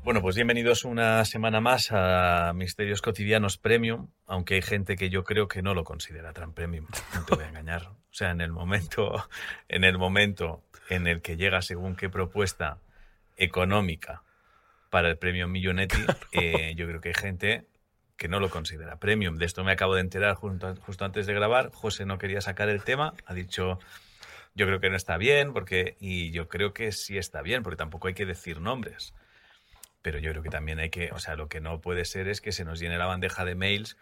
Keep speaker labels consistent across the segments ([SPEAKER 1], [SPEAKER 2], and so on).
[SPEAKER 1] Bueno, pues bienvenidos una semana más a Misterios Cotidianos Premium, aunque hay gente que yo creo que no lo considera tan premium, no te voy a engañar. O sea, en el momento en el que llega según qué propuesta económica para el premio Millonetti, yo creo que hay gente que no lo considera premium. De esto me acabo de enterar justo antes de grabar. José no quería sacar el tema, ha dicho, yo creo que no está bien, y yo creo que sí está bien, porque tampoco hay que decir nombres. Pero yo creo que también hay que, o sea, lo que no puede ser es que se nos llene la bandeja de mails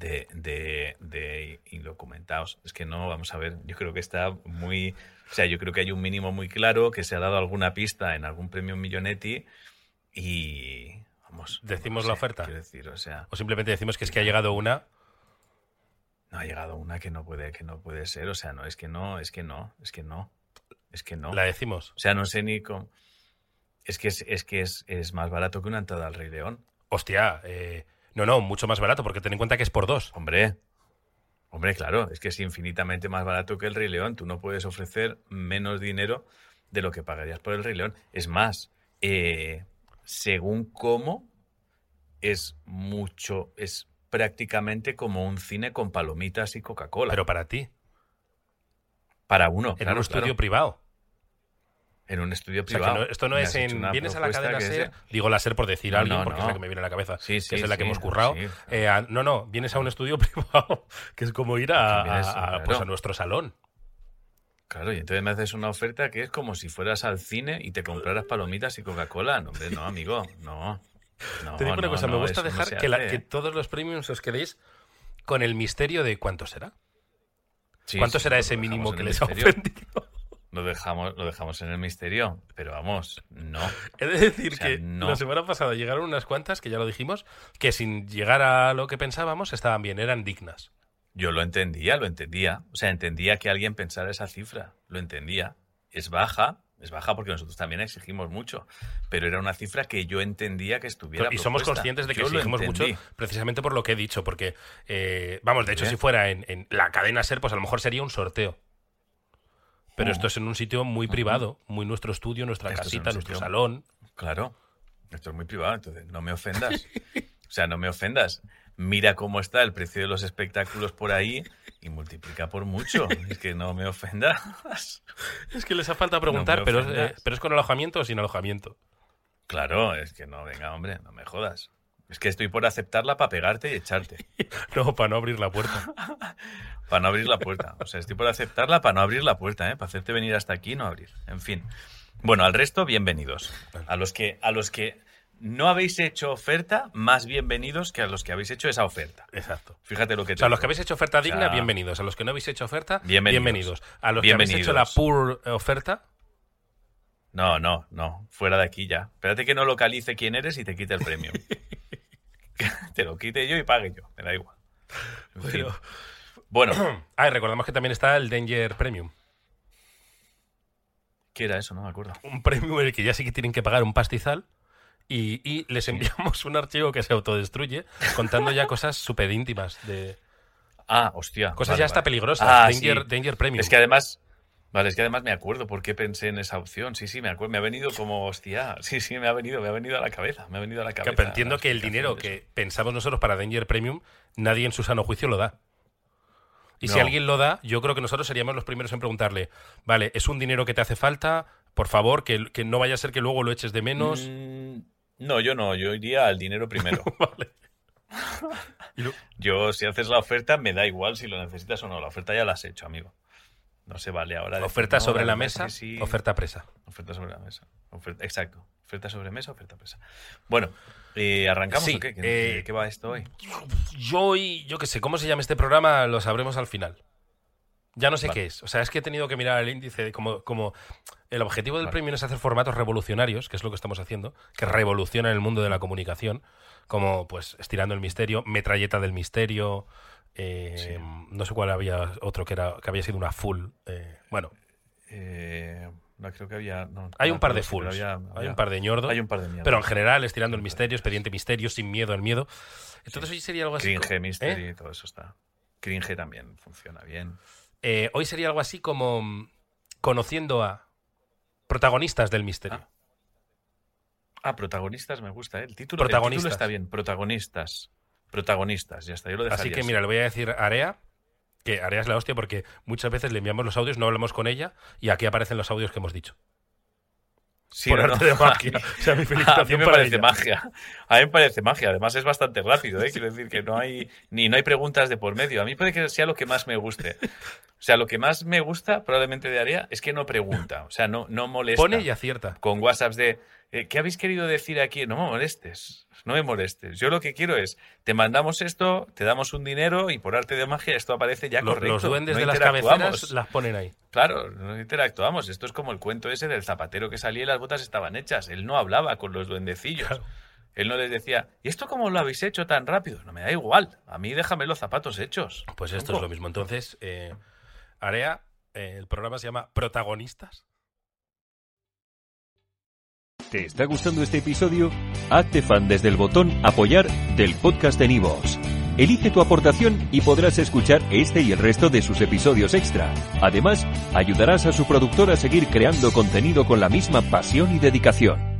[SPEAKER 1] de indocumentados. Es que no, vamos a ver, yo creo que está muy, o sea, yo creo que hay un mínimo muy claro, que se ha dado alguna pista en algún premio Millonetti y, vamos,
[SPEAKER 2] ¿Decimos
[SPEAKER 1] no
[SPEAKER 2] la
[SPEAKER 1] sé,
[SPEAKER 2] oferta?
[SPEAKER 1] quiero decir, o sea,
[SPEAKER 2] O simplemente decimos que es que ha llegado una.
[SPEAKER 1] no ha llegado una que no puede ser, o sea, no, es que no, es que no, es que no, es que no.
[SPEAKER 2] La decimos.
[SPEAKER 1] O sea, no sé ni cómo. Es más barato que una entrada al Rey León.
[SPEAKER 2] Hostia, no, mucho más barato, porque ten en cuenta que es por dos.
[SPEAKER 1] Hombre, claro, es que es infinitamente más barato que el Rey León. Tú no puedes ofrecer menos dinero de lo que pagarías por el Rey León. Es más, según cómo, es prácticamente como un cine con palomitas y Coca-Cola.
[SPEAKER 2] Pero para ti,
[SPEAKER 1] Para uno,
[SPEAKER 2] en
[SPEAKER 1] claro,
[SPEAKER 2] un estudio
[SPEAKER 1] claro.
[SPEAKER 2] privado.
[SPEAKER 1] En un estudio
[SPEAKER 2] O sea, que
[SPEAKER 1] privado.
[SPEAKER 2] esto no
[SPEAKER 1] Me
[SPEAKER 2] es
[SPEAKER 1] has hecho
[SPEAKER 2] en...
[SPEAKER 1] una
[SPEAKER 2] Vienes a la
[SPEAKER 1] propuesta
[SPEAKER 2] cadena
[SPEAKER 1] que
[SPEAKER 2] SER,
[SPEAKER 1] es-
[SPEAKER 2] digo la SER por decir
[SPEAKER 1] No,
[SPEAKER 2] a alguien,
[SPEAKER 1] no,
[SPEAKER 2] porque es
[SPEAKER 1] no.
[SPEAKER 2] la que me viene a la cabeza,
[SPEAKER 1] Sí,
[SPEAKER 2] que
[SPEAKER 1] sí,
[SPEAKER 2] es en la que
[SPEAKER 1] sí,
[SPEAKER 2] hemos currado.
[SPEAKER 1] sí.
[SPEAKER 2] No, vienes a un estudio privado, que es como ir a,
[SPEAKER 1] Que vienes,
[SPEAKER 2] pues
[SPEAKER 1] claro.
[SPEAKER 2] a nuestro salón.
[SPEAKER 1] Claro, y entonces me haces una oferta que es como si fueras al cine y te compraras palomitas y Coca-Cola. No, hombre, no, amigo, no. No,
[SPEAKER 2] Te digo una
[SPEAKER 1] no,
[SPEAKER 2] cosa, me
[SPEAKER 1] no,
[SPEAKER 2] gusta
[SPEAKER 1] eso no
[SPEAKER 2] dejar
[SPEAKER 1] se
[SPEAKER 2] que,
[SPEAKER 1] hace,
[SPEAKER 2] que
[SPEAKER 1] ¿eh?
[SPEAKER 2] todos los premiums os quedéis con el misterio de cuánto será.
[SPEAKER 1] Sí,
[SPEAKER 2] ¿Cuánto
[SPEAKER 1] sí,
[SPEAKER 2] será
[SPEAKER 1] pues
[SPEAKER 2] ese
[SPEAKER 1] lo dejamos
[SPEAKER 2] mínimo
[SPEAKER 1] en
[SPEAKER 2] que
[SPEAKER 1] el
[SPEAKER 2] les ha
[SPEAKER 1] misterio.
[SPEAKER 2] ofendido?
[SPEAKER 1] Lo dejamos en el misterio, pero vamos, no.
[SPEAKER 2] He de decir
[SPEAKER 1] O sea,
[SPEAKER 2] que
[SPEAKER 1] no.
[SPEAKER 2] la semana pasada llegaron unas cuantas, que ya lo dijimos, que sin llegar a lo que pensábamos estaban bien, eran dignas.
[SPEAKER 1] Yo lo entendía. O sea, entendía que alguien pensara esa cifra. Lo entendía. Es baja porque nosotros también exigimos mucho. Pero era una cifra que yo entendía que estuviera
[SPEAKER 2] Y somos
[SPEAKER 1] propuesta.
[SPEAKER 2] conscientes de que
[SPEAKER 1] Yo lo
[SPEAKER 2] exigimos mucho
[SPEAKER 1] entendí.
[SPEAKER 2] precisamente por lo que he dicho, porque, vamos, de hecho,
[SPEAKER 1] Bien.
[SPEAKER 2] si fuera en la cadena SER, pues a lo mejor sería un sorteo. Pero
[SPEAKER 1] Mm.
[SPEAKER 2] esto es en un sitio muy privado, muy nuestro estudio, nuestra
[SPEAKER 1] Esto es en
[SPEAKER 2] casita,
[SPEAKER 1] un
[SPEAKER 2] nuestro
[SPEAKER 1] sitio-
[SPEAKER 2] salón.
[SPEAKER 1] Claro. Esto es muy privado, entonces no me ofendas. O sea, no me ofendas. Mira cómo está el precio de los espectáculos por ahí y multiplica por mucho. Es que no me ofendas.
[SPEAKER 2] Es que les ha falta
[SPEAKER 1] No
[SPEAKER 2] preguntar,
[SPEAKER 1] me
[SPEAKER 2] pero,
[SPEAKER 1] ofendas.
[SPEAKER 2] pero es con alojamiento o sin alojamiento.
[SPEAKER 1] Claro, es que no, venga, hombre, no me jodas. Es que estoy por aceptarla para pegarte y echarte.
[SPEAKER 2] No, para no abrir la puerta.
[SPEAKER 1] Para no abrir la puerta. O sea, estoy por aceptarla para no abrir la puerta, ¿eh? Para hacerte venir hasta aquí y no abrir. En fin. Bueno, al resto, bienvenidos. A los que no habéis hecho oferta, más bienvenidos que a los que habéis hecho esa oferta.
[SPEAKER 2] Exacto.
[SPEAKER 1] Fíjate lo que
[SPEAKER 2] O
[SPEAKER 1] te
[SPEAKER 2] sea, a los
[SPEAKER 1] digo.
[SPEAKER 2] que habéis hecho oferta digna,
[SPEAKER 1] O sea,
[SPEAKER 2] bienvenidos. A los que no habéis hecho oferta,
[SPEAKER 1] bienvenidos.
[SPEAKER 2] bienvenidos. A los que habéis hecho la
[SPEAKER 1] Bienvenidos.
[SPEAKER 2] poor oferta,
[SPEAKER 1] No. Fuera de aquí ya. Espérate que no localice quién eres y te quite el premio. Te lo quite yo y pague yo. Me da igual. En fin.
[SPEAKER 2] pero...
[SPEAKER 1] Bueno,
[SPEAKER 2] Ah, y recordamos que también está el Danger Premium.
[SPEAKER 1] ¿qué era eso? No me acuerdo.
[SPEAKER 2] Un premium en el que ya sí que tienen que pagar un pastizal y les enviamos un archivo que se autodestruye contando ya cosas súper íntimas, de
[SPEAKER 1] Ah, hostia.
[SPEAKER 2] cosas
[SPEAKER 1] Vale,
[SPEAKER 2] ya hasta
[SPEAKER 1] vale.
[SPEAKER 2] peligrosas.
[SPEAKER 1] Ah,
[SPEAKER 2] Danger,
[SPEAKER 1] sí.
[SPEAKER 2] Danger Premium.
[SPEAKER 1] Es que además me acuerdo por qué pensé en esa opción. Sí, me acuerdo. Me ha venido como, hostia. Sí, me ha venido a la cabeza. Me ha venido a la cabeza.
[SPEAKER 2] Pero entiendo
[SPEAKER 1] la
[SPEAKER 2] que el
[SPEAKER 1] explicación
[SPEAKER 2] dinero
[SPEAKER 1] de
[SPEAKER 2] que
[SPEAKER 1] eso.
[SPEAKER 2] pensamos nosotros para Danger Premium, nadie en su sano juicio lo da. Y si
[SPEAKER 1] No.
[SPEAKER 2] alguien lo da, yo creo que nosotros seríamos los primeros en preguntarle, vale, ¿es un dinero que te hace falta? Por favor, que no vaya a ser que luego lo eches de menos.
[SPEAKER 1] No, yo no. Yo iría al dinero primero.
[SPEAKER 2] Vale. Y
[SPEAKER 1] Yo, si haces la oferta, me da igual si lo necesitas o no. La oferta ya la has hecho, amigo. No se vale ahora. decir,
[SPEAKER 2] oferta
[SPEAKER 1] no,
[SPEAKER 2] sobre la
[SPEAKER 1] verdad es
[SPEAKER 2] mesa,
[SPEAKER 1] que sí.
[SPEAKER 2] oferta presa.
[SPEAKER 1] Oferta sobre la mesa. Exacto. Oferta sobre mesa, oferta presa. Bueno, ¿arrancamos
[SPEAKER 2] Sí,
[SPEAKER 1] o qué? ¿De qué va esto hoy?
[SPEAKER 2] Yo qué sé, ¿cómo se llama este programa? Lo sabremos al final. Ya no sé
[SPEAKER 1] Vale.
[SPEAKER 2] qué es. O sea, es que he tenido que mirar el índice de como el objetivo del
[SPEAKER 1] Vale.
[SPEAKER 2] premio es hacer formatos revolucionarios, que es lo que estamos haciendo, que revolucionan el mundo de la comunicación, como pues Estirando el Misterio, Metralleta del Misterio,
[SPEAKER 1] Sí.
[SPEAKER 2] no sé cuál había otro que había sido una full. Bueno,
[SPEAKER 1] No, creo que había. No,
[SPEAKER 2] hay
[SPEAKER 1] no
[SPEAKER 2] un par
[SPEAKER 1] me
[SPEAKER 2] de
[SPEAKER 1] acuerdo,
[SPEAKER 2] fulls,
[SPEAKER 1] sí, pero
[SPEAKER 2] hay un par de ñordo,
[SPEAKER 1] Hay un par de mierdas.
[SPEAKER 2] pero en general Estirando el Misterio, Expediente Misterio, Sin Miedo al Miedo. Entonces hoy sería algo así.
[SPEAKER 1] Cringe, Mystery,
[SPEAKER 2] ¿eh?
[SPEAKER 1] todo eso está. Cringe también funciona bien.
[SPEAKER 2] Hoy sería algo así como conociendo a protagonistas del misterio.
[SPEAKER 1] Protagonistas me gusta, ¿eh? El título está bien. Protagonistas, ya está, yo lo dejaría
[SPEAKER 2] así que mira, le voy a decir Area, que Area es la hostia porque muchas veces le enviamos los audios, no hablamos con ella y aquí aparecen los audios que hemos dicho.
[SPEAKER 1] Sí,
[SPEAKER 2] por arte de magia. O sea, mi felicitación
[SPEAKER 1] a mí me
[SPEAKER 2] para
[SPEAKER 1] parece
[SPEAKER 2] ella.
[SPEAKER 1] magia. A mí me parece magia. Además es bastante rápido, ¿eh? Quiero decir que no hay preguntas de por medio. A mí puede que sea lo que más me guste. O sea, lo que más me gusta probablemente de Area es que no pregunta. O sea, no molesta.
[SPEAKER 2] Pone y acierta.
[SPEAKER 1] Con WhatsApps de ¿qué habéis querido decir aquí? No me molestes. No me molestes. Yo lo que quiero es, te mandamos esto, te damos un dinero y por arte de magia esto aparece ya correcto.
[SPEAKER 2] Los duendes
[SPEAKER 1] no
[SPEAKER 2] de las cabeceras las ponen ahí.
[SPEAKER 1] Claro, no interactuamos. Esto es como el cuento ese del zapatero que salía y las botas estaban hechas. Él no hablaba con los duendecillos. Claro. Él no les decía, ¿y esto cómo lo habéis hecho tan rápido? No me da igual. A mí déjame los zapatos hechos.
[SPEAKER 2] Pues esto es lo mismo. Entonces, Area, el programa se llama Protagonistas.
[SPEAKER 3] ¿Te está gustando este episodio? Hazte fan desde el botón Apoyar del podcast de Nivos. Elige tu aportación y podrás escuchar este y el resto de sus episodios extra. Además, ayudarás a su productor a seguir creando contenido con la misma pasión y dedicación.